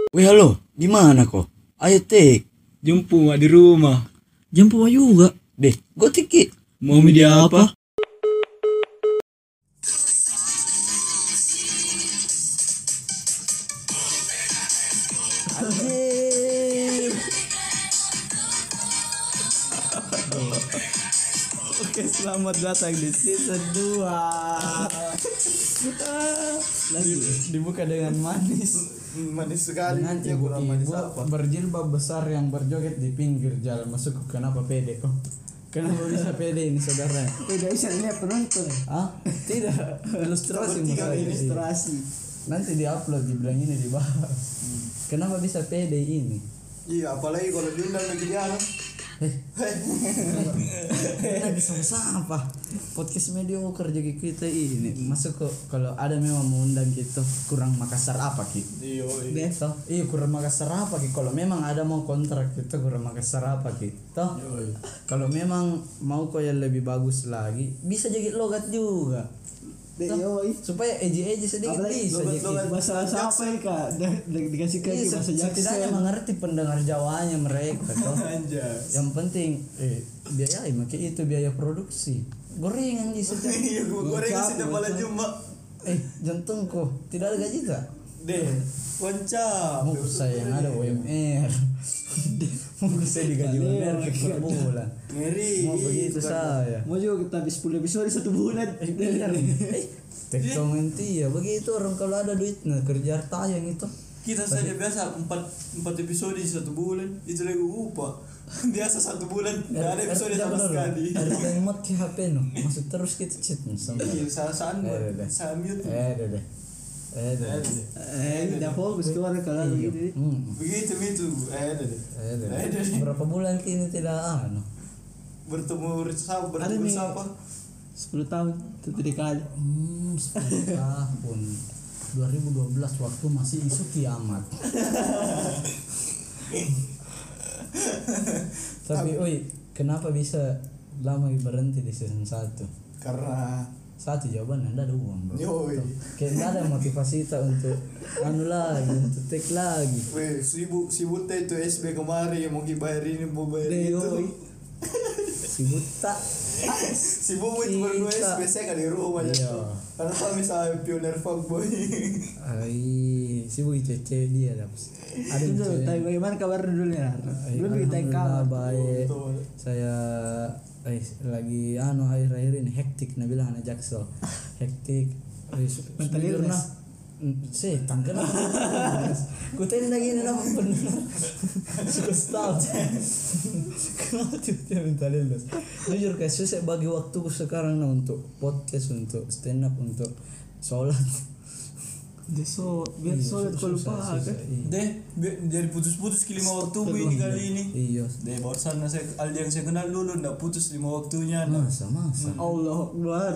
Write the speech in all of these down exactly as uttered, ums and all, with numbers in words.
Weh halo, di mana kok? Ayo tek. Jumpa mak di rumah. Jemput juga. Deh, gue tiki. Mau media apa? Anjir. Oke, selamat datang di season dua. Lagi Dibuka dengan manis. Manis sekali. Dengan Ya, kurang manis ibu-ibu apa? berjilbab besar yang berjoget di pinggir jalan. Masuk kenapa pede? Oh, kenapa bisa pede ini saudara? Tidak bisa lihat penonton. Ah, tidak. Ilustrasi Seperti musik. Ilustrasi. Nanti diupload, dibilang ini dibahas. Kenapa bisa pede ini? Iya, apalagi kalau diundang lagi dia anak. Lagi sama apa? Podcast mediocre jadi kita ini. Masuk kok kalau ada memang mengundang gitu kurang Makassar apa gitu? Iya, Gitu. Iya kurang Makassar apa gitu. Kalau memang ada mau kontrak gitu kurang Makassar apa gitu. Kalau memang mau kok yang lebih bagus lagi bisa jadi logat juga. Yoi. Supaya eji-eji sedikit Apalagi bisa jadi. logat-logat Bahasa siapa ya kak? Dah- dah dikasih ke Iya, bahasa setidaknya Jackson. mengerti pendengar Jawanya mereka toh. Anjas. Yang penting eh biaya makai itu biaya produksi. Gorengan di situ. Iya, gue goreng Bocah, sih malah bocah. cuma. Eh, jantungku tidak ada gaji tak? Deh, wancap. Mau saya yang ada U M R. Mau saya digaji U M R per bulan. Ngeri. Mau begitu saya. Mau juga kita habis sepuluh episode satu bulan. Eh, tekong nanti ya begitu orang kalau ada duitnya kerja tayang itu. Kita saja biasa empat empat episode di satu bulan. Itu lagi upah. Biasa satu bulan nggak ada episode sama sekali. Ada yang mod ke H P no. Masuk terus kita chat sama. Iya, salah saan Eh, deh. saya mute. Eh, deh deh. Eh, deh. Eh, tidak fokus keluar kalau Iya. gitu. Hmm. Begitu itu. Eh, deh. Eh, deh. Eh, deh. Berapa bulan kini tidak anu? Bertemu bersama, Ada bertemu nih. bersama. sepuluh tahun itu tiga kali. Hmm, sepuluh tahun. dua ribu dua belas waktu masih isu kiamat. Tapi oi, kenapa bisa lama berhenti di season satu? Karena Satu jawaban Anda ada uang, Bro. yoi. Kayak nggak ada motivasi kita untuk anu lagi, untuk take lagi. Weh, sibuk sibuk teh itu S B kemarin mau bayar ini mau bayar itu. Yoi. Si buta. Sibuk itu baru S B saya kan di rumah aja. Iya. tuh. Karena kami misalnya pioner fuckboy. Ai, si bu itu cewek dia dapat. Ada Itu cewek. tapi bagaimana kabar dulu ya? Ay, Belum kita alhamdulillah kabar. baik. Betul. Saya eh, lagi anu akhir-akhir ini hektik nah bilang anak jaksel. Hektik. Eh, su- Mental sejujurnya, illness. mm, setan kan ku tenda gini nama benar suka stop kenapa tiba-tiba mental illness jujur kayak susah bagi waktuku sekarang nah untuk podcast untuk stand up untuk sholat. Dia so biar Iya, solid kalau susah, lupa susah, kan. iya. Deh, bi- jadi putus-putus ke lima waktu bu ini kali ini. Iya. Deh, barusan saya Aldi yang saya kenal dulu ndak putus lima waktunya. Nah. Masa masa. Allah Akbar.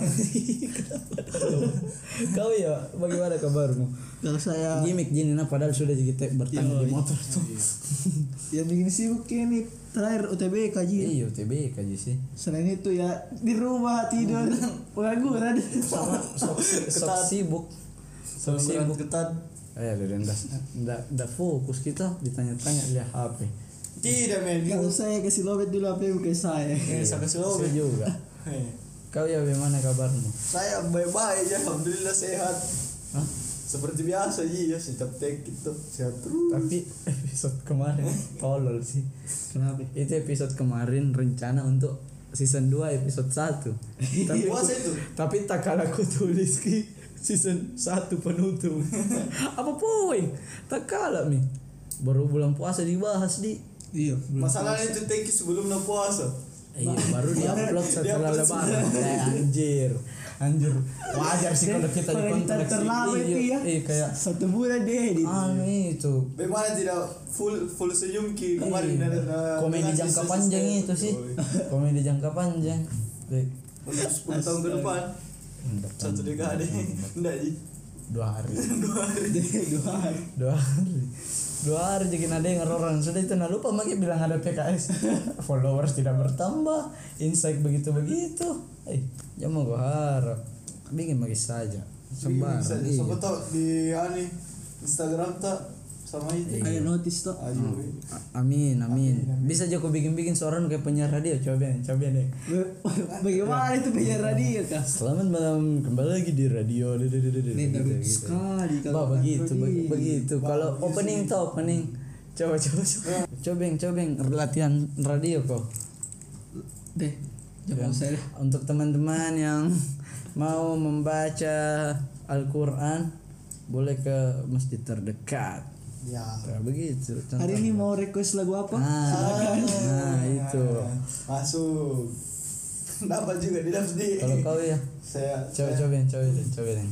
Kau ya bagaimana kabarmu? Kalau saya Gimik gini nah padahal sudah kita bertanding di motor tuh. yang bikin sibuk ini terakhir U T B K Ji. Iya, T B K aja sih. Selain itu ya di rumah tidur pengangguran. Sama sok, sok sibuk. Sok sibuk. Ketat. Eh, ada rendah. Ndak ndak fokus kita ditanya-tanya lihat H P. Tidak men. Kalau saya kasih lobet dulu apa yang ke saya. Eh, saya kasih Saya tahu. juga. Eh, Kau ya bagaimana kabarmu? Saya baik-baik ya, alhamdulillah sehat. Hah? Seperti biasa ya, setiap take gitu sehat terus. Tapi episode kemarin tolol sih. Kenapa? Itu episode kemarin rencana untuk season dua episode satu. Tapi Puasa itu. tapi tak kalah ku tulis ki season satu penutup. Apa poin? Tak kalah mi. Baru bulan puasa dibahas di. Iya. Masalahnya itu take sebelum na puasa. Iya, baru di-upload setelah Di-upload lebaran. Eh, anjir. Anjir. Wajar sih kalau kita Kalau kita dikontrak terlambat Iya, ya. iya, kayak Satu bulan deh. di- anu itu. Bagaimana tidak full full senyum ki kemarin Iya. na, na, Komedi na- jangka na- panjang itu sih. Komedi jangka panjang. Baik. Untuk sepuluh tahun ke depan. Enggak, Satu dekade. Enggak ji. dua hari. Dua hari. dua hari dua hari jadi ada yang orang sudah itu nah lupa makanya bilang ada P K S followers tidak bertambah insight begitu begitu eh jangan gua harap bikin bagi saja sembarang Bisa iya. siapa tahu di ani Instagram tak sama itu. Ada notice tuh. Ayo. Amin, amin. Bisa aja kau bikin-bikin suara kayak penyiar radio. Coba, coba deh. Bagaimana itu penyiar radio kah? Selamat malam, kembali lagi di radio. Nih bagus sekali Bah, begitu, beg- begitu. Kalau opening tuh opening. Coba, coba, coba. Cobeng, cobeng. Latihan radio kok. Deh, jangan saya. Untuk teman-teman yang mau membaca Al-Quran, boleh ke masjid terdekat. Ya. Nah, begitu. Hari ini mau request lagu apa? Nah, nah itu. Masuk. Dapat juga di dalam sendiri. Kalau kau ya, Saya. coba, saya- coba, coba, coba, coba.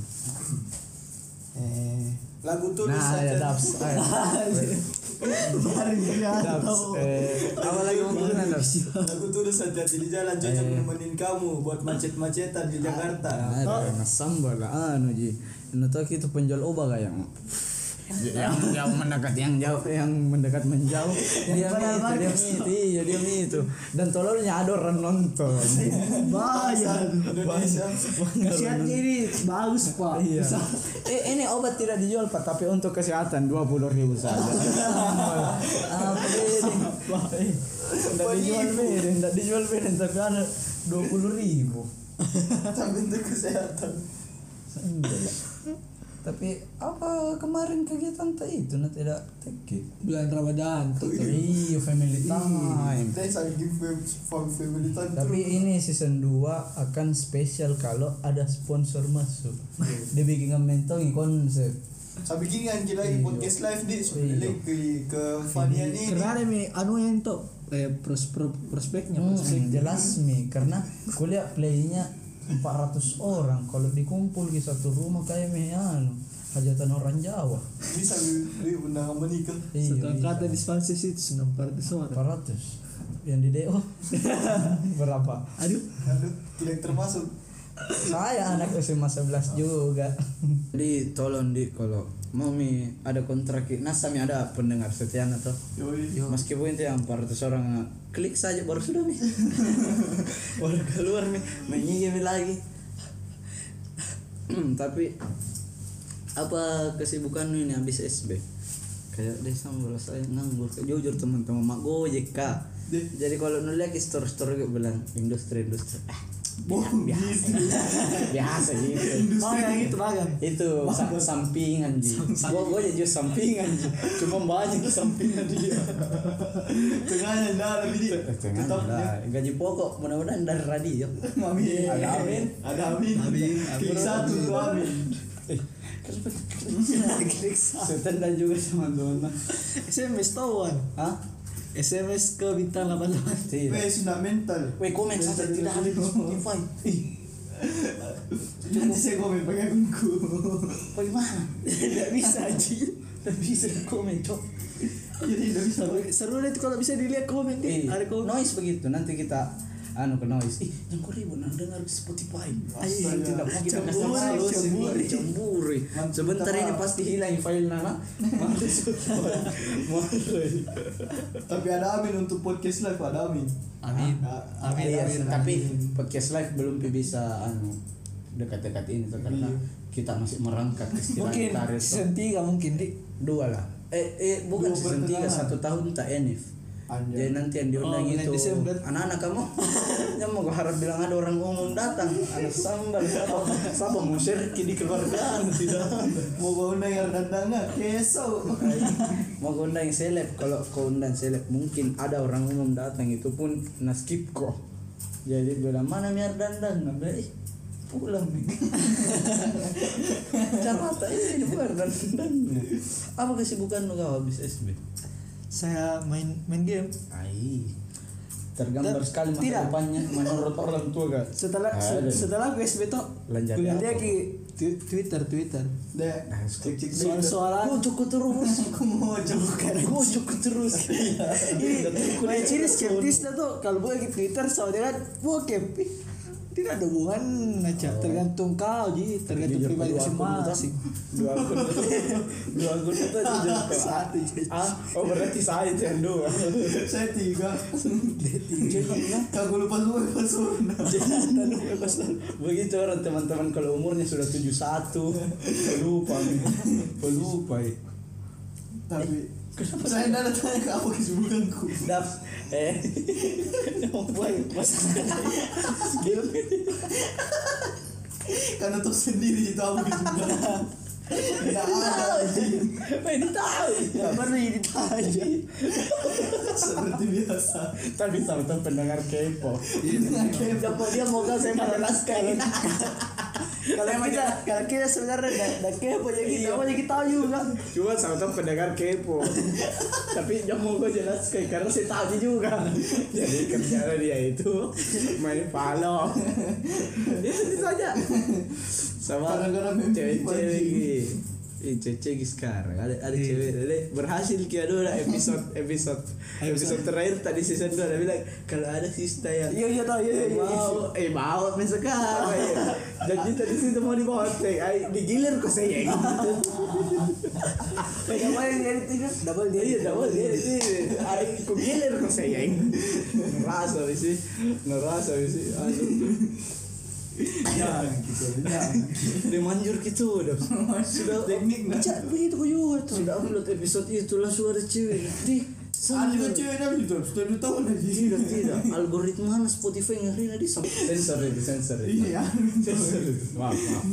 Eh, lagu tulis Nah, saja. ya daps. Ayo. Hari ini Daps. Eh, apa lagi mau bilang daps? Lagu tulis hati-hati di jalan cocok nemenin kamu buat macet-macetan di Jakarta. Ada ngasambal lah anu ji. Anu tahu itu penjual obat kayak yang jauh mendekat yang jauh yang mendekat menjauh dia itu dia itu iya dia itu dan tololnya ada orang nonton bayar. Indonesia. Kasihan ini bagus pak. iya eh, ini obat tidak dijual pak tapi untuk kesehatan dua puluh ribu saja apa ini tidak dijual beda tidak dijual beda tapi ada dua puluh ribu Tapi untuk kesehatan. tapi apa kemarin kegiatan tak itu nah tidak teki Bulan Ramadan tuh. iya family time Saya sangat give for family time. tapi ini season dua akan spesial kalau ada sponsor masuk dibikin mentongi konsep Saya bikin kan kita lagi Iya. podcast live di Iya. sebelum ke ke Fanian ini. Karena ada mi anu yang tuh eh, pros, pro- prospeknya Hmm, prospek. jelas mi karena kuliah playnya empat ratus orang kalau dikumpul di satu rumah kayak mi anu hajatan orang Jawa Bisa di undangan menikah. iya Setelah kata di sponsor itu sudah empat ratus orang. empat ratus yang di D O berapa Aduh, Aduh, tidak termasuk. saya anak S M A sebelas juga di tolong di kalau mau mi ada kontrak nasa mi ada pendengar setia atau Yoi. meskipun itu yang empat ratus orang klik saja baru sudah mi baru keluar mi menyinggung lagi tapi apa kesibukan ini habis S B kayak deh sama saya nganggur jujur teman-teman mak gojek kak Deh. jadi kalau nulis lagi store store gue bilang industri industri ah biasa biasa gitu oh yang itu bagan. itu sa- sampingan ji gua gua jadi sampingan ji cuma banyak sampingan dia Tengahnya darah ini. Tengah Tetap lah, gaji pokok mudah-mudahan dari radio Amin. Ada amin. Ada amin. Amin. Klik satu tuh amin. klik setan dan juga teman-teman S M S tawan. hah S M S ke bintang delapan delapan. tidak Weh, sudah mental. weh komen saja tidak ada di Spotify ih Nanti saya komen pakai akunku. bagaimana Tidak bisa aja. tidak bisa komen cok Jadi tidak bisa. Seru deh itu kalau bisa dilihat komen Eh, deh. Ada komen. noise begitu nanti kita anu ke noise ih yang kau ribut nah dengar di Spotify Astaga. tidak mau kita kasih Cemburu, solusi cemburu. cemburu Mantap. sebentar ini pasti hilang file nana Tapi ada amin untuk podcast live, ada amin. Amin. Ah, Amin. Iya, Amin. tapi podcast live belum bisa anu dekat-dekat ini tuh, karena Iya. kita masih merangkak istirahat Mungkin karir tuh. season tiga mungkin di. Dua lah eh eh bukan Dua season tiga pertengahan. satu tahun tak enif Anjay. jadi nanti yang diundang Oh, bulan itu Desember. anak-anak kamu yang mau gua harap bilang ada orang umum datang anak sambal siapa siapa mau share di keluargaan tidak Mau kau undang yang dandangan, keso. mau gua undang yang seleb kalau kau undang seleb mungkin ada orang umum datang itu pun naskip kok jadi bilang mana miar dandan nggak bilang, ih pulang nih carata ini bukan dandan apa kesibukan lu kau habis S B Saya main main game. ai tergambar Dan- sekali masa tidak. depannya menurut orang tua kan Setelah se- Ada. setelah gue S B tuh Lanjut kuliah apa? dia ke tu- Twitter Twitter. Deh, cek cek Soal-soalan. Gua cukup terus Aku mau coba. gua cukup terus Ini main ciri skeptisnya tuh kalau gue ke Twitter soalnya kan bokep. Ih, tidak ada hubungan aja tergantung kau ji tergantung Jujur, pribadi dua akun masing-masing. dua akun dua akun itu jujur kok. Satu. ah oh berarti saya itu yang dua Saya tiga. jadi Aku lupa semua password. begitu orang teman-teman kalau umurnya sudah tujuh satu lupa nih lupa ya. Tapi saya tidak ada tanya ke apa kesibukanku. Dap eh boy masalah Karena tahu sendiri itu apa kesibukanku. Tidak ada. pengen tahu Gak perlu ditanya. Seperti biasa. tapi tahu pendengar kepo Dengan kayak Siapa dia mau kasih menjelaskan Kalau kita kalau kita sebenarnya dah dah kepo aja kita, mau jadi tahu juga. cuma sama pendengar kepo tapi dia mau gue jelaskan karena saya tahu juga jadi kerjanya dia itu main follow itu itu aja sama Gara-gara meme cewek-cewek gitu. Eh, cewek sekarang ada ada cewek ada berhasil kia dulu lah episode episode episode terakhir tadi season dua ada bilang kalau ada sista yang Iya iya tahu iya iya. mau eh mau men sekarang jadi tadi situ mau dibawa teh ai digilir kok saya gitu Kayak main dia itu double dia. iya double dia sih ai kok gilir kok saya ngerasa sih ngerasa sih aduh Jangan gitu. Jangan. dia manjur gitu udah sudah Teknik nggak? Baca begitu kok juga tuh sudah upload episode itu lah suara cewek di Ada juga cewek dalam itu. Sudah dua tahun lagi. tidak tidak algoritma Spotify ngeri di sensor itu sensor Iya. sensor itu maaf maaf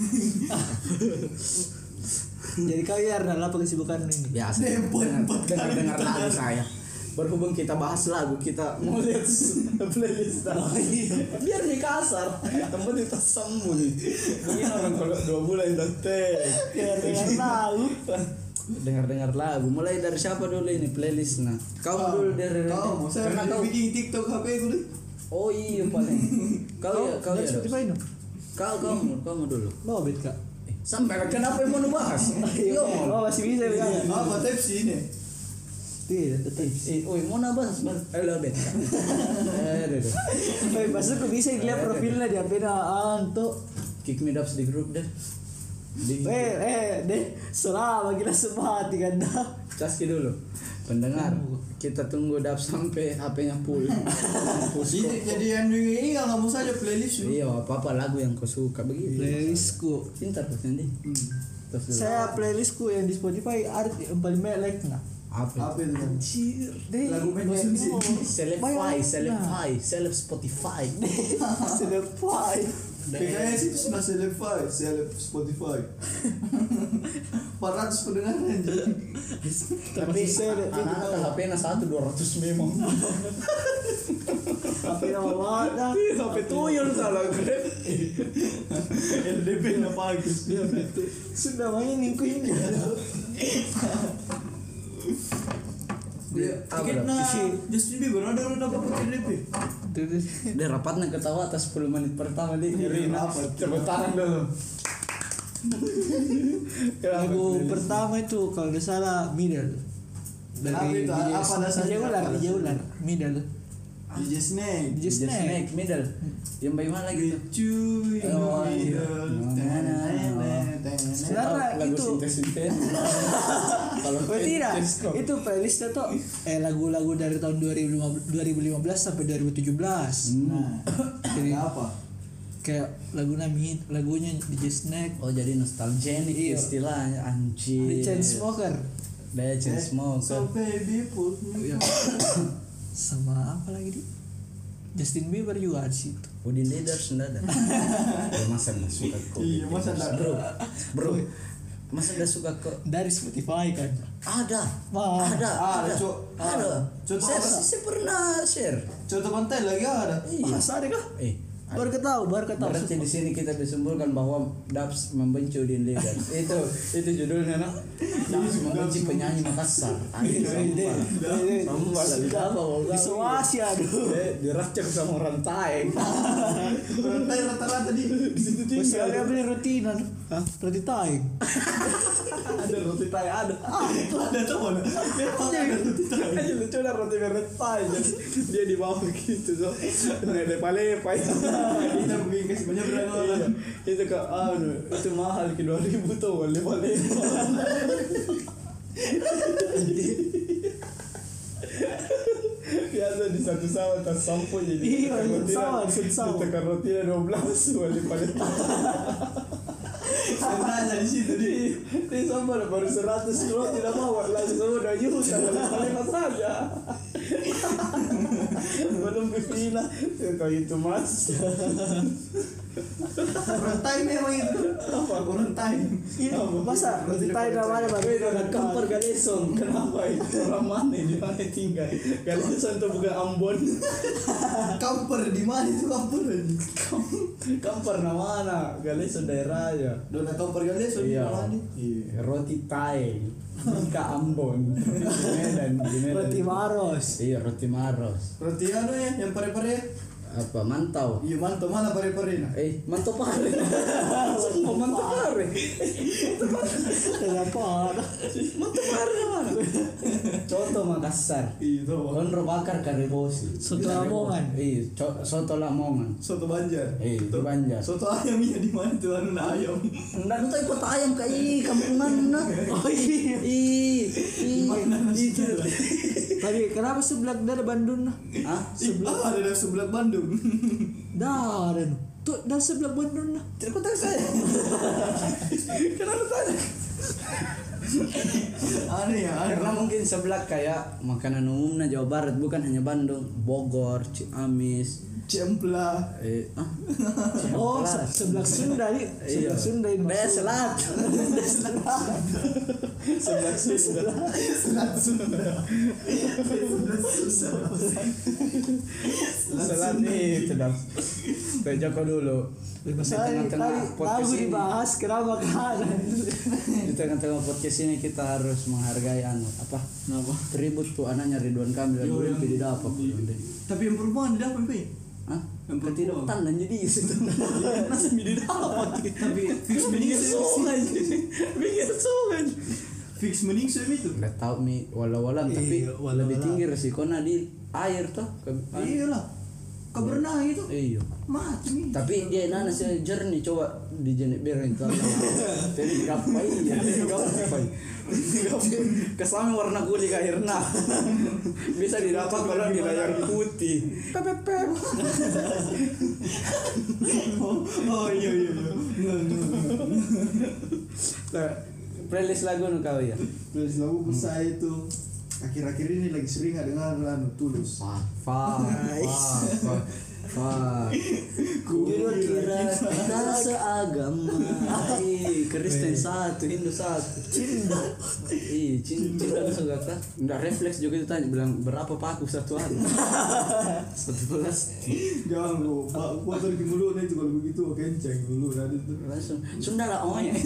Jadi kalian adalah apa kesibukan ini? biasa Dempet, empat dengar kali dengar kita lagu saya berhubung kita bahas lagu kita mau lihat playlist biar nih kasar tempat kita sembunyi mungkin orang kalau dua bulan udah teh Dengar tahu. dengar-dengar lagu mulai dari siapa dulu ini playlist nah kau dulu dari Kau mau saya karena kau bikin TikTok H P ku deh. oh iya paling kau ya kau ya dari Spotify no? kau kamu kamu dulu Mau bet kak. Eh, sampai kenapa yang mau bahas yo Oh masih bisa ya. Apa tips ini? Tidak tetap. eh oi mau nabas eh lo bet eh deh deh. Tapi masuk ke bisa dilihat profilnya dia beda anto. Kick me Dubs di grup deh di Eh eh deh selama kita semua hati kan dah. Caski dulu pendengar kita tunggu Dubs sampai H P-nya full mampus Jadi kok. jadi yang ini nggak kamu saja playlist lu. Iya apa-apa lagu yang kau suka begitu Playlistku. pintar kau sendiri terus dulu. Saya playlistku yang di Spotify ada yang paling melek nah. apa Apa itu? Anjir, deh. Lagu konsumsi. Selefy, Selefy, Selef Spotify. Selefy. P K S itu sudah selefy, seleb Spotify. empat ratus pendengaran jadi. Tapi Seleb. anak-anak H P-nya satu dua ratus memang. Apa yang awal dah? H P tuyul salah grab. L D P nya bagus. Iya betul. Sudah main minggu ini. Dia Apa tiketnya dah? Justin Bieber ada orang dapat pakai L D P. Dia rapatnya ketawa atas sepuluh menit pertama di Irina. Apa? Tepuk tangan dulu. Lagu pertama itu kalau tidak salah middle. Apa itu? Apa dasarnya? D J Ular, D J Ular, middle. D J Snake. D J Just Snake. Snake middle. Yang bagaimana lagi tuh? Cuy. Oh, iya. Sebenarnya Lagu itu sintes-sintes. Kalau Oh tidak, sintes kok. itu playlistnya tuh eh lagu-lagu dari tahun dua ribu lima belas sampai dua ribu tujuh belas. Nah, Jadi apa? kayak lagu nami lagunya D J Snake, Oh jadi nostalgenik Iya. istilahnya anjir. The Chainsmokers, The Chainsmokers. So baby put me. sama apa lagi di Justin Bieber juga ada situ. Udin Leaders enggak ada. Ya, masa enggak suka kok. Iya, masa enggak? Bro. Bro. Masa enggak suka kok? Dari Spotify kan. Ada. Wah. Ada. Ada, Ada. Cok. Ada. Contoh Saya, apa? saya pernah share. Contoh pantai lagi ada. Iya. Masa ada kah? Eh. Baru ketahu, baru ketahu. Berarti di sini kita disimpulkan bahwa Dubs membenci Udin Leaders. itu itu judulnya nah. Dubs membenci penyanyi Makassar. Aduh, sampah. Sampah lagi apa mau Di Sulawesi aduh. Eh, diracak sama orang Taeng. Pantai rata-rata di Di situ Masih tinggal. ada beli rutinan. Hah? Roti taing. Ada roti Taeng ada. ada tuh mana? Memang ada roti tahu. Aja lucu lah roti merah Taeng. Dia di bawah gitu so. Lepa-lepa. Kita bikin kasih banyak berapa orang. Itu ke anu, itu mahal ke dua ribu tuh lepa-lepa. Biasa di satu sawah tas sampo jadi Iya, di satu sawah, di satu sawah. Tekan rotinya dua belas lepa-lepa. Saya nanya di situ di Ini sama baru seratus kilo tidak bawa langsung udah juta kalimat saja. Belum Pipina kayak itu mas. Kurang time memang itu. Apa kurang time? Masa roti tai namanya baru dengan kampar Galesong. Kenapa itu orang mana di mana tinggal? Galesong itu bukan Ambon. Kamper di mana itu kamper aja? Kampar namanya Galesong daerahnya. Dona kamper Galesong di Iya. mana? Roti tai. Ke Ambon. Di Medan, di Medan. Roti Maros. Iya, roti Maros. Roti anu ya yang pare-pare. Apa mantau? Iya mantap mana pare-pare nah. Eh, mantau pare. Semua mantau pare. Kenapa? Mantau pare mana? Contoh Makassar. Iya tuh. Konro bakar karebosi. Soto Lamongan. Iya, co- soto Lamongan. Soto Banjar. Eh, di Banjar. Soto ayam iya di mana tuh anu na ayam. Nggak tahu ikut ayam kayak kampungan na. Oh iya. Ih, ih, itu. Tapi kenapa sebelah dari Bandung nah? Ah, Sebelah ada dari sebelah Bandung. Dah, dan tuh dah sebelah Bandung nah. tidak tahu saya. Kenapa tanya? Aneh ya, aneh. Karena mungkin sebelah kayak makanan umumnya Jawa Barat, bukan hanya Bandung, Bogor, Ciamis, Cempla. eh, ah, Oh, Ciamplas. se- sebelah Sunda nih. Iya. Sebelah Sunda ini. Daya maksud. Selat. Sebelah Sunda. Selat Sunda. Selat nih, sedap. Kayak Joko dulu. Di Saya tengah-tengah tadi podcast lagu ini, dibahas kenapa kanan. di tengah-tengah podcast ini kita harus menghargai anu apa? Kenapa? Tribut tuh anaknya Ridwan Kamil dan Yo, belum yang- didapat. Tapi yang perempuan di dapat, Pi. Hah? Yang perempuan. Ketidapan dan jadi situ. Nasi mie didapat. Tapi fix mending Sungai. Mikir sungai. fix mending sih itu. Nggak tahu mi walau-walau tapi Iya, walau-walau. lebih tinggi resikonya di air tuh. Ke, Iyalah. Kau berenang itu. Iya. Mati nih. Tapi dia nana sih jernih coba di jenis biar itu. Jadi gapai ya, gapai. Kesannya warna kulit airnya. Bisa didapat kalau di layar putih. Pepep. Oh, oh iya iya iya. Nah, playlist lagu nu kau ya. Terus lagu saya itu akhir-akhir ini lagi sering dengar anu Tulus. Fa, fa, fa, fa. Ku kira kita seagama. Ih, Kristen satu, Hindu satu. Cinta. Ih, cinta cinta suka kan? Nggak refleks juga itu tanya bilang berapa paku satu hari. Satu belas. Jangan lu, Pak, gua pergi mulu nih kalau begitu kenceng dulu tadi tuh. Langsung Sunda lah oh ya.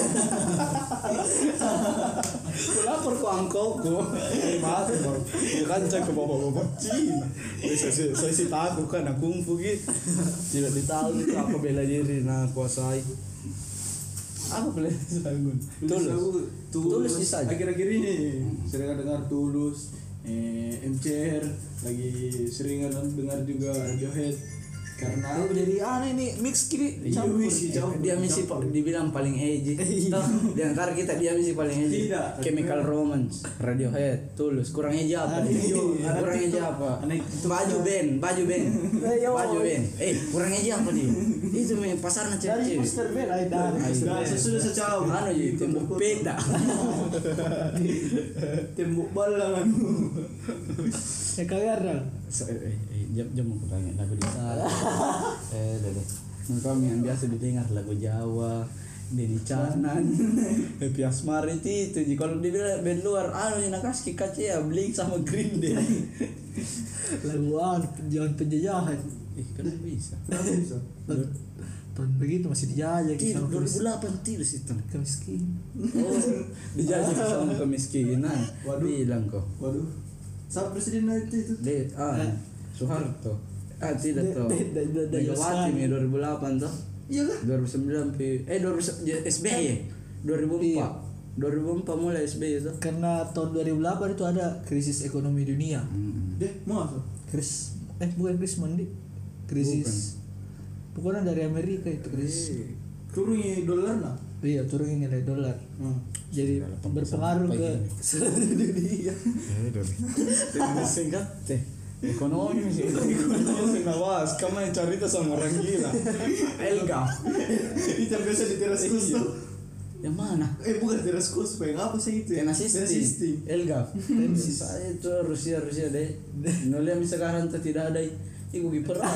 Ku lapor ku angkotku. Maaf, Bang. Ya kan cek ke bapak-bapak Cina. Saya saya saya sih takut kan aku kungfu gitu. Tidak ditahu itu apa bela diri nah kuasai. Apa bela diri? Tulus. Tulus bisa aja. Akhir-akhir ini sering dengar Tulus, eh, M C R, lagi sering dengar juga Radiohead. Karena Oh, jadi aneh nih mix kiri Iya, campur. wis, campur, Dia misi campur. dibilang paling edgy. Tahu, di antara kita dia misi paling edgy. Tidak. Chemical Romance, Radiohead, Tulus. Kurang edgy apa? dia? Iya, Kurang anak edgy TikTok. apa? Anak TikTok. Baju band, baju band. Ayo. Baju band. Eh, kurang edgy apa dia? Itu main pasarnya Dari cewek-cewek. poster band ay dari poster Nah, band. sesudah secau. Anu jadi tembok beda. Tembok balang anu. Ya kalian dah. So, eh, eh, eh, jam jam mau tanya lagu di sana. Eh, deh deh. Kami yang biasa didengar lagu Jawa, Dedi Canan, Happy Asmara itu itu. Jadi kalau dibilang band luar, anu yang Nakaski Kace ya Blink sama Green Day. Lagu an jangan penjajahan. Eh, kenapa bisa? Kenapa bisa? Tahun begitu masih dijajah Tidak, sama dua ribu delapan tidak sih itu. kemiskin. Oh, dijajah sama kemiskinan. Waduh. Bilang kok. Waduh. Siapa presiden itu itu? De, ah, Soeharto. Ah, tidak De- toh. de- de- de- de- Megawati sekali. Mei dua ribu delapan toh. Iya kan? dua ribu sembilan pi- eh dua ribu S B Y dua ribu empat dua ribu empat mulai S B Y itu. Karena tahun dua ribu delapan itu ada krisis ekonomi dunia. Deh, masa? Krisis eh bukan krisis mandi. Krisis. Pokoknya dari Amerika itu krisis. Turunnya dolar nah. Iya, turun nilai dolar. Hmm. Jadi berpengaruh ke seluruh dunia. Eh, dari. Ini singkat teh. Ekonomi sih. Ekonomi nawas, kamu yang cerita sama orang gila. Elga. Itu yang biasa di teras kus tuh. Yang mana? Eh bukan teras kos, yang apa sih itu? Tenas Tenas sistem. sistem. Elgaf. Saya itu Rusia Rusia deh. Nolnya sekarang tuh tidak ada ibu perang.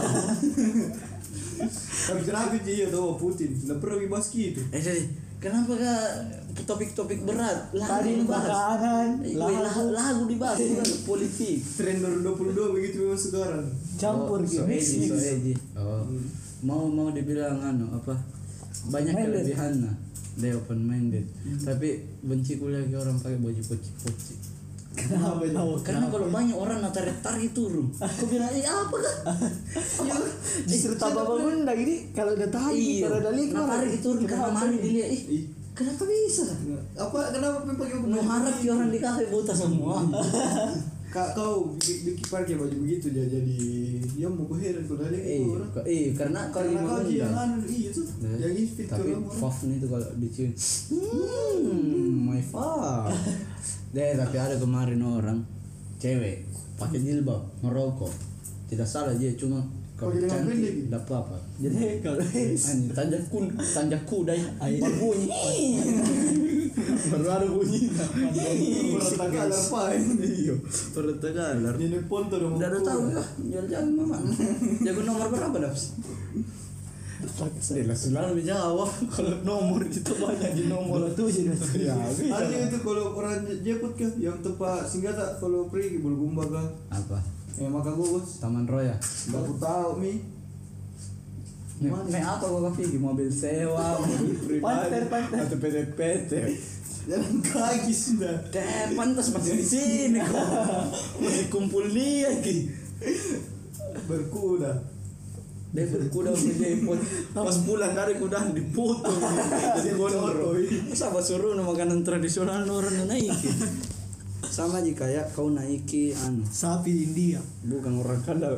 Tapi kenapa dia tahu Putin? Nggak pernah dibahas gitu. Eh jadi kenapa gak topik-topik berat? Tadi dibahas. makanan, Eh, lagu, lagu dibahas bukan politik. Tren dua ribu dua puluh dua begitu memang sekarang. campur Oh, gitu. so Mix edgy, so mix. edgy. Oh. Mau mau dibilang anu apa? Banyak Minded. kelebihannya. Dia open minded. Tapi benci kuliah ke orang pakai baju poci-poci. Kenapa ya? Karena kalau banyak orang nak tarik-tarik turun. Aku bilang, "Eh, apa kah?" Ya, Justru tambah bangun lagi nih kalau udah tahan iya. kalau udah lihat Nak tarik turun karena mari dilihat. Ih, Ih, kenapa bisa? apa kenapa memang pakai Nu harap ki orang di kafe buta semua. Kak kau bikin bikin pakai baju begitu dia jadi ya mau gue heran kalau ada Eh, itu orang. kok- eh karena kalau Karena lima kau yang mengundang. anu iya tuh yang inspit ke Tapi orang orang. Faf nih tuh kalau dicium, hmm, my Faf. Deh, tapi ada kemarin orang cewek pakai jilbab merokok, tidak salah dia cuma kalau Pakai lengan pendek. cantik tidak apa-apa. Jadi kalau anjing tanjak kun tanjak kuda berbunyi, baru ada bunyi. Berontak alar pain. Iya, perut tegalar. Ini ponto dong. Udah ada tahu ya, jual-jual mama. Jago nomor berapa daps? Dia selalu dijawab kalau nomor itu banyak di nomor tujuh ya. Ada itu kalau orang jeput kah yang tempat singgata kalau pergi Bulgumba kah? Apa? Yang makan gugos. Taman Roya. Gak aku tahu mi. Nih, nih apa kau pergi mobil sewa, mobil pribadi, Panter, panter. atau P T P T? Jalan kaki sudah. Deh, pantas masih di sini kok. Masih kumpul dia ki. Berkuda. Dia berkuda menjemput. Pas pulang dari kuda dipotong. Jadi gondrong. Sama suruh makanan tradisional orang naiki. Sama aja kayak kau naiki anu sapi India. bukan orang kadal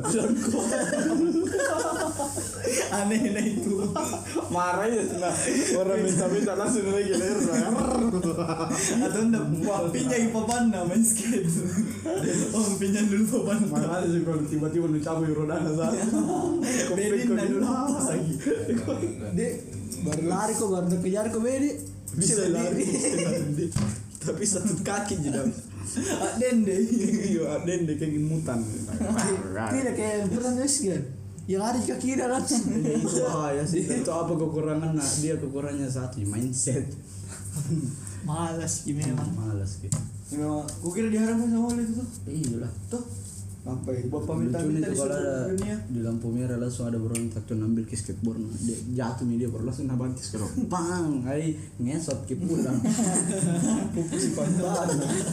Aneh nah itu. marah ya nah orang minta-minta langsung lagi leher Atau enggak wapinya ipapanna main skate. Oh, pinjam dulu papan. mana sih kalau tiba-tiba lu cabut rodana saat Berin na dulu pas lagi. Dek, baru lari kok baru kejar kok Bedi. bisa lari tapi satu kaki jadi Dende. iya dende kayak mutan Tidak kayak pernah kan. Yang lari ke kiri langsung. wah ya sih itu apa kekurangan nah, dia kekurangannya satu mindset Malas gimana? malas gitu Memang, gua kira diharapkan sama oleh itu tuh. iya lah Tuh. Apa ya? Bapak lucu minta-minta itu di kalau ada seluruh dunia. di lampu merah langsung ada berontak tuh ngambil ke skateboard dia jatuh nih dia baru langsung nabantis ke bang ay ngesot ke pulang pupusi pantat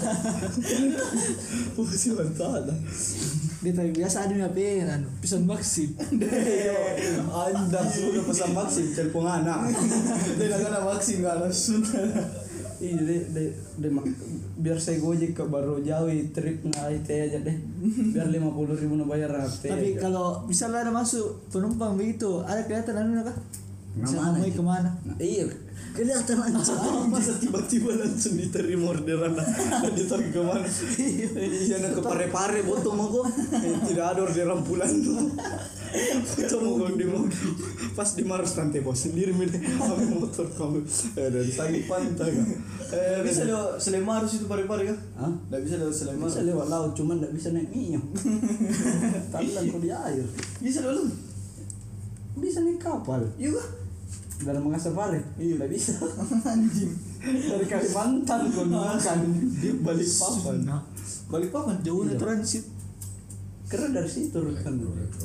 pupusi pantat Dia tapi biasa ada yang pengen pisan vaksin. anda sudah pesan vaksin telepon anak Dia nak kena vaksin enggak langsung. iya deh deh deh mak- biar saya gojek ke baru jauh trip na I T aja deh biar lima puluh ribu na bayar I T Tapi aja. kalau misalnya ada masuk penumpang begitu, ada kelihatan anu kah? Bisa Mana ngomong itu? kemana? Nah, iya kelihatan langsung masa tiba-tiba langsung diterima orderan dan ditarik ke mana iya nak ke pare-pare foto mau kok eh, tidak ada orderan pulang foto mau kok di mobil pas di Mars nanti bos sendiri milih ambil motor kamu eh dari sangi pantai kan Eh, bisa lewat Selemarus itu pare-pare kah? Hah? Enggak bisa lewat Selemarus. bisa lewat laut cuman tidak bisa naik minyak talan kok di air Bisa dulu. bisa naik kapal Iya kah? dalam Makassar Pare iya tidak bisa anjing dari Kalimantan kau makan di balik papan Nah, Balik papan jauh Iya. transit. karena dari situ kan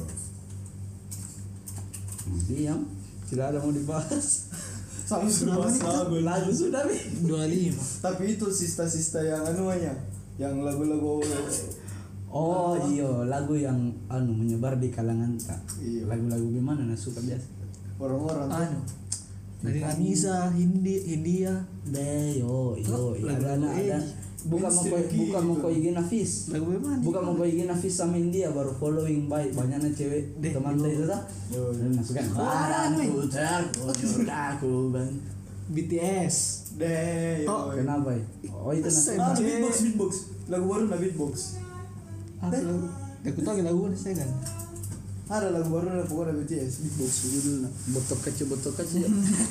diam tidak ada mau dibahas sama sudah bahas lagu. lagu sudah nih dua puluh lima. Tapi itu sista-sista yang anuannya, yang lagu-lagu oh iya lagu yang anu menyebar di kalangan tak Iya. lagu-lagu gimana nah suka biasa orang-orang tuh. Anu. Dari Anissa, Hindi, India. deh yo yo iya Lagu- ada ada eh, bukan mau koi Mister bukan mau gitu. koi gina Nafis Lagu bagaimana? bukan mau koi gina Nafis sama India baru following by banyaknya cewek Deh, teman yo. itu tak Yo, dan masukkan Oh, barangku terkujur aku bang B T S. deh. Oh, yo. kenapa ya oh itu Masa nanti Ah, Cewek. beatbox, beatbox. Lagu baru na beatbox. Apa lagu? Aku tahu lagu ini saya kan. Ada lagu baru na pokoknya B T S Big Box judulnya. Botok kecil botok kecil.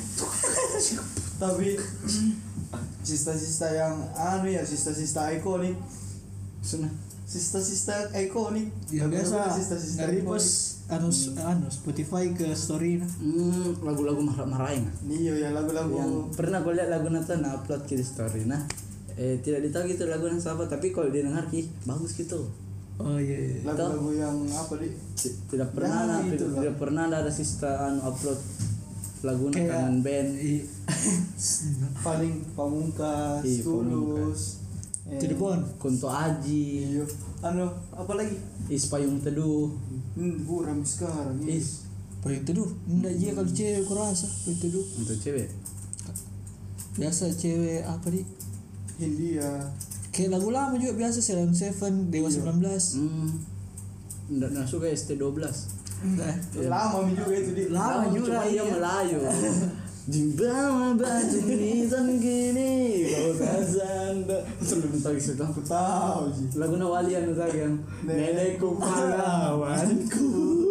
Tapi sista-sista yang anu ya, sista-sista ikonik. Sana. Sista-sista ikonik. Ya biasa sista-sista dari ikonik. pos anu anu Spotify ke story nah. Hmm, lagu-lagu marah-marahin. Iya ya lagu-lagu Yang pernah gue lihat lagu Nathan upload ke story nah. Eh tidak ditahu gitu lagu yang siapa tapi kalau didengar ki bagus gitu. Oh iya iya. lagu-lagu yang apa di Ti- Tidak pernah Ya, nah, itu tidak, lah. tidak pernah ada sista anu upload lagu Kayak- kangen band. I- paling pamungkas, Iya, tulus. eh, To the bone. Kunto Aji, Iya. Anu apa lagi? Is Payung Teduh, Hmm, buram sekarang. iya. Is Paling teduh. Enggak iya kalau cewek kurasa paling teduh. untuk cewek. Biasa cewek apa di? Hindia. Kayak lagu lama juga biasa Salon Seven, Dewa sembilan belas. Hmm. Nggak nggak suka S T dua belas. Enggak. Lama mi juga itu di. Lama juga iya Melayu. Di bawah batu nisan gini kau kasan belum tahu itu Aku tahu sih. lagu Nawalian itu kan nenekku pahlawanku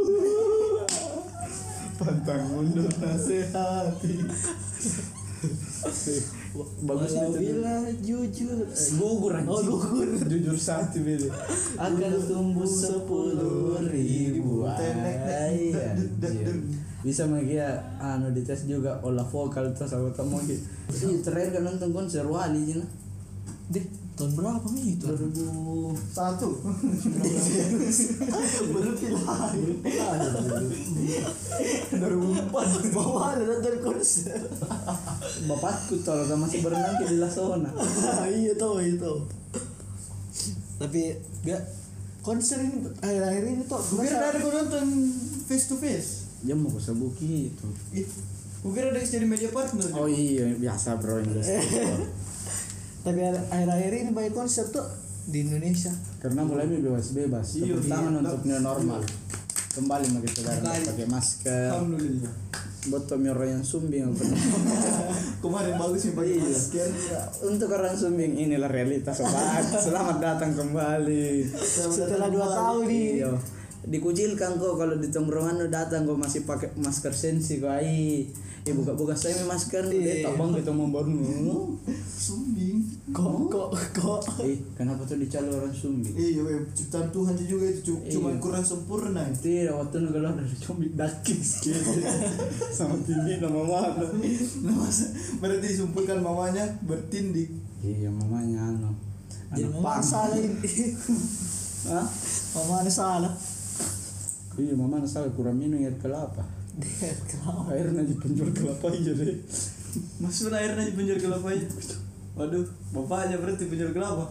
Pantang mundur nasihati. bagus Walau itu bila jujur. gugur anjing. Oh gugur. Jujur satu beda. akan tumbuh sepuluh ribu ay, anjir. Bisa magia anu dites juga olah vokal terus apa kamu gitu. Ih terakhir kan nonton konser Wali Cina Deh, tahun berapa nih itu? dua ribu Satu. Baru pilihan. dua ribu empat. Bawa ada nonton konser. bapakku tol kan masih berenang di Lasona. Iya tahu itu. Tapi gak konser ini akhir-akhir ini tuh Gue kira ada gue nonton face to face. Dia mau ke Sabuki itu. Ih, gue kira ada jadi media partner. Oh iya biasa bro Indonesia. tapi akhir-akhir ini banyak konser tuh di Indonesia. Karena mulai bebas-bebas. Iya, Tepuk tangan iya. untuk new normal. Kembali pakai saudara Kembali. pakai masker. Alhamdulillah. Botol miro yang sumbing apa? Kemarin bagus sih pakai Iya. masker. Untuk orang sumbing inilah realitas sobat. Selamat datang kembali. Setelah dua tahun nih. Iya. Dikucilkan kok kalau di tongkrongan lu datang kok masih pakai masker sensi kok ai. Eh buka-buka saya masker Iya. dia tak bang kita mau baru. Sumbing. Kok kok kok. Eh kenapa tuh dicari orang sumbing? Iya, weh, ciptaan Tuhan juga itu cu- Iya. cuma kurang sempurna. Tidak waktu nu kalau dari sumbing dakis gitu. Sama tinggi nama mana? Nah, masa berarti disumpulkan mamanya bertindik. Iya mamanya anu. Jadi Anak mama pang. salah ini. Hah? Mama ada salah. Iya mama salah kurang minum air kelapa. Dia kenapa? Airnya di penjual kelapa aja deh. Maksudnya airnya di penjara kelapa ya? Waduh, bapaknya berarti penjara kelapa.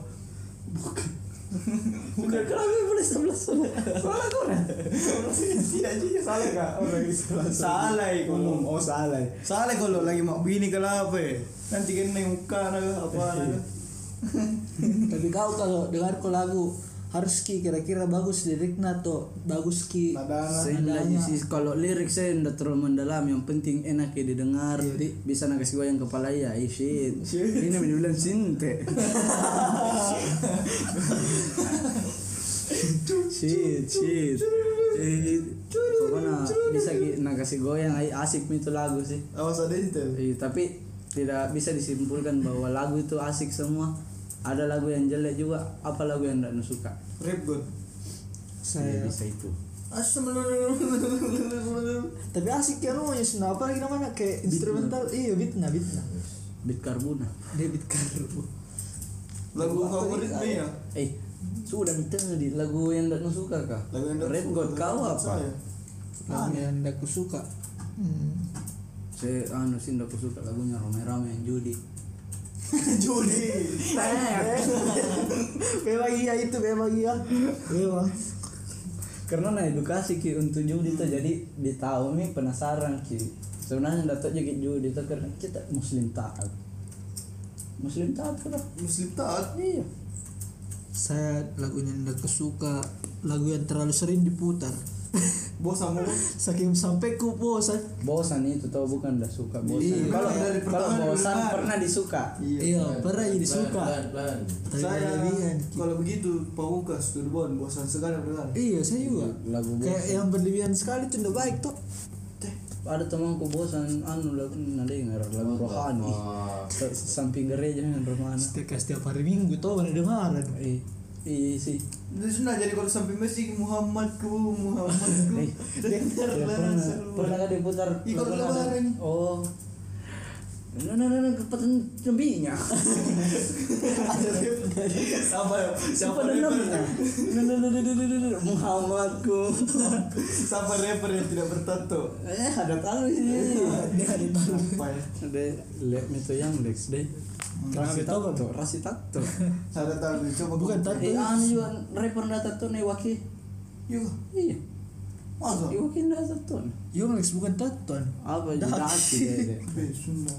Bukan kelapa boleh sebelah sana. Salah kau kan? Tidak juga salah kak orang di sebelah. Salah ya kalau. Oh salah. Salah kalau lagi mau bini kelapa ya. Nanti kan neng muka naga apa naga. Tapi kau kalau dengar kau lagu harus ki kira-kira bagus liriknya tuh bagus ki. Nadana. Saya lagi sih kalau lirik saya tidak terlalu mendalam, yang penting enak ya didengar, di, bisa nakasih goyang kepala ya, eh, shit. Ini yang dibilang sinte. shit, shit. Eh, pokoknya bisa ki nakasih goyang, ay, asik itu lagu sih. Awas ada intel. Eh, tapi tidak bisa disimpulkan bahwa lagu itu asik semua. Ada lagu yang jelek juga, apa lagu yang tidak suka? Rap god. Saya Saya bisa itu. Asam. tapi asik ya namanya sudah apa lagi namanya kayak instrumental iya bitna bitna Beat Karbuna. dia bit karbu Lagu favorit nih ya. Eh, sudah minta di lagu yang tidak suka kah? Lagu yang Red God kau apa? Saya. lagu yang aku suka hmm. Saya anu sih tidak suka lagunya rame-rame yang judi. Judi. memang iya itu memang iya memang Karena nah edukasi ki untuk judi itu jadi ditahu nih penasaran ki. Sebenarnya datuk jadi judi itu karena kita muslim taat. Muslim taat kan? Muslim taat. Iya. saya lagunya yang aku suka lagu yang terlalu sering diputar Bosan mau. Saking sampai ku bosan. Bosan itu tau bukan dah suka bosan. Iya. Kalau Dari kalau pertama bosan dulu, pernah disuka. Iya, pernah jadi suka. Tapi Saya berlebihan. kalau begitu Pamungkas Turbon bosan sekali mendengar. Iya, saya juga. Lagu Kayak bosan. yang berlebihan sekali itu udah baik tuh. Ada temanku bosan anu lagu dengar lagu rohani. Sa- Samping gereja dengan rohani. Setiap setiap hari Minggu tuh mana dengaran. Iya, iya sih. Itu sudah jadi kalau sampai masjid Muhammadku Muhammadku. Dengar Ya, lah pernah seru. pernah kan diputar Ih, kalau lagu ada- lebaran. Oh. Nah, nah, nah, nah, kepatan cembinya. Siapa ya? Siapa Siapa rapper? namanya? Nah, nah, nah, nah, nah, nah, nah, Muhammadku. Siapa rapper yang tidak bertato? Eh, ada tahu sih. Dia ada tahu. Apa ya? Ada lihat itu yang Lex deh. Rasi tato, rasi tato. Ada tahu coba Bukan gua- tato. Eh, anu juga rapper ndak tato nih Waki. Yuk. Iya. Masa? Iwaki ndak tato. Yung Lex bukan tatuan. Apa jahat sih deh. Be, Sunda.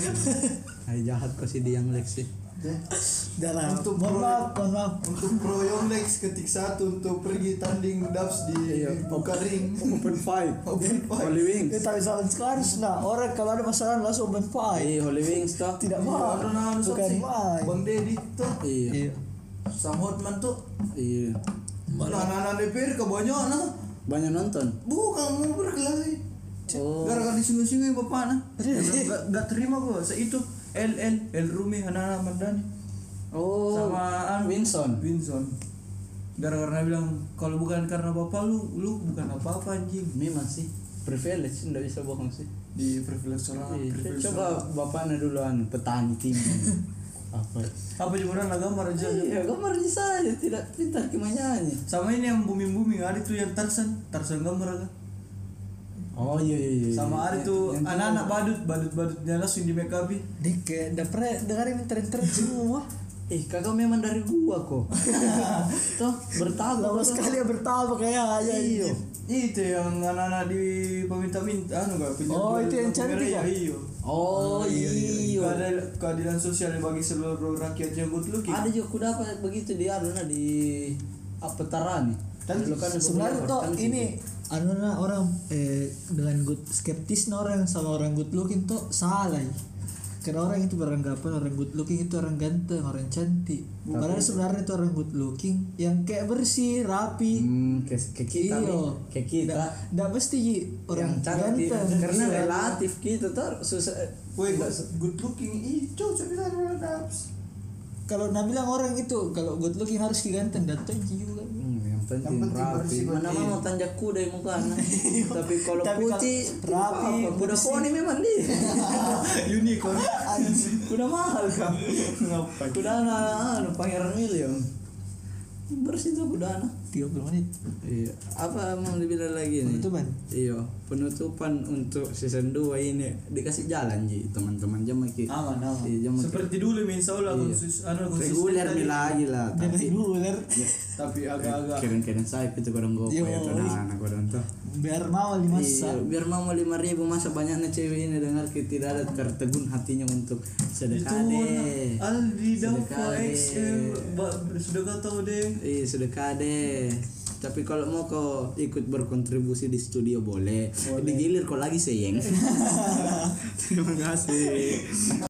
Hai jahat kok si dia yang Lex sih. Dalam. Untuk Mohon pro- maaf, mohon maaf. Untuk Pro Yonglex ketik satu untuk pergi tanding dubs di Iya. buka ring. Open fight. Open fight. Holy Wings. Eh, tapi salah sekarang nah orang kalau ada masalah langsung open fight. Eh, Holy Wings toh. Tidak Iya, mau. ada nama Bukan sih. main. Bang Dedi tuh. Iya. Iya. Sam Hotman tuh. Iya. Nah, anak-anak D P R kebanyakan nah. Banyak nonton. Bukan mau berkelahi. Oh. Gara-gara disinggung-singgung bapak nah. Gak, gak terima gua. Se itu L L L Rumi Hanana Mardani Oh. sama anu, Winson. Winson. Gara-gara bilang kalau bukan karena bapak lu, lu bukan apa-apa anjing. Memang sih privilege ndak bisa bohong sih. Di privilege orang. Iya. privilege Coba orang. bapaknya dulu anu petani timur. Apa? Apa jemuran gambar aja. Iya, gambar saja tidak pintar menyanyi. Sama ini yang booming-booming ada tuh yang Tarsan, Tarsan gambar kan. Oh iya iya iya. Sama ada tuh Yang- anak-anak badut, badut-badutnya langsung di make up. Dia kayak udah pernah dengerin tren-tren semua. Eh, kakak memang dari gua kok. Toh bertabu. Lama toh. sekali ya bertamu kayak aja. Iya. Itu yang anak-anak di peminta-minta anu gak punya. Oh, itu yang cantik ya? Iya. Oh iya. Keadilan, keadilan sosial bagi seluruh rakyat yang good looking. Ada juga kuda apa begitu di anu nah di apa Tarani. Dan Dulu kan Sebenarnya populer, tuh kan ini gitu. anu nah orang eh, dengan good skeptis nah orang sama orang good looking tuh salah. Ya. Karena orang itu beranggapan orang good looking itu orang ganteng, orang cantik. Padahal sebenarnya itu orang good looking yang kayak bersih, rapi. Hmm, ke, ke kita Iya. nih, ke kita Nggak- nggak mesti Ji, orang yang cantik ganteng. karena Iya. relatif gitu tuh susah. Woi, good looking itu coba ada dubs. Kalau nah bilang orang itu kalau good looking harus ganteng dan tinggi juga. Hmm, yang penting, Yang penting rapi. bersih, Mana bersih. mau tanjak kuda yang muka Tapi kalau Tapi kalau putih rapi, apa? Kuda bersih. poni memang dia. Unicorn. Kuda mahal kan. Kuda anak anu Pangeran William. Bersih tuh kuda anak. tiga puluh menit. Iya. Apa mau dibilang lagi nih? Penutupan. Iya, penutupan untuk season dua ini dikasih jalan Ji, teman-teman jam lagi. Aman, aman. Iya, jam lagi. Seperti dulu insya Allah Iya. konsis, anu, konsisten Reguler tadi. nih lagi lah, Jangan tapi reguler. Tapi agak-agak keren-keren saya itu kodong gopo Yo, ya kodong anak kodong tuh. Biar mau lima Iya, biar mau lima ribu masa banyaknya cewek ini dengar kita tidak ada tertegun hatinya untuk sedekah itu deh. Aldi Dava Sedekah X deh. sudah kau tahu deh. Iya sedekah deh. Tapi kalau mau kau ikut berkontribusi di studio boleh. Digilir kau lagi sayang. Terima kasih.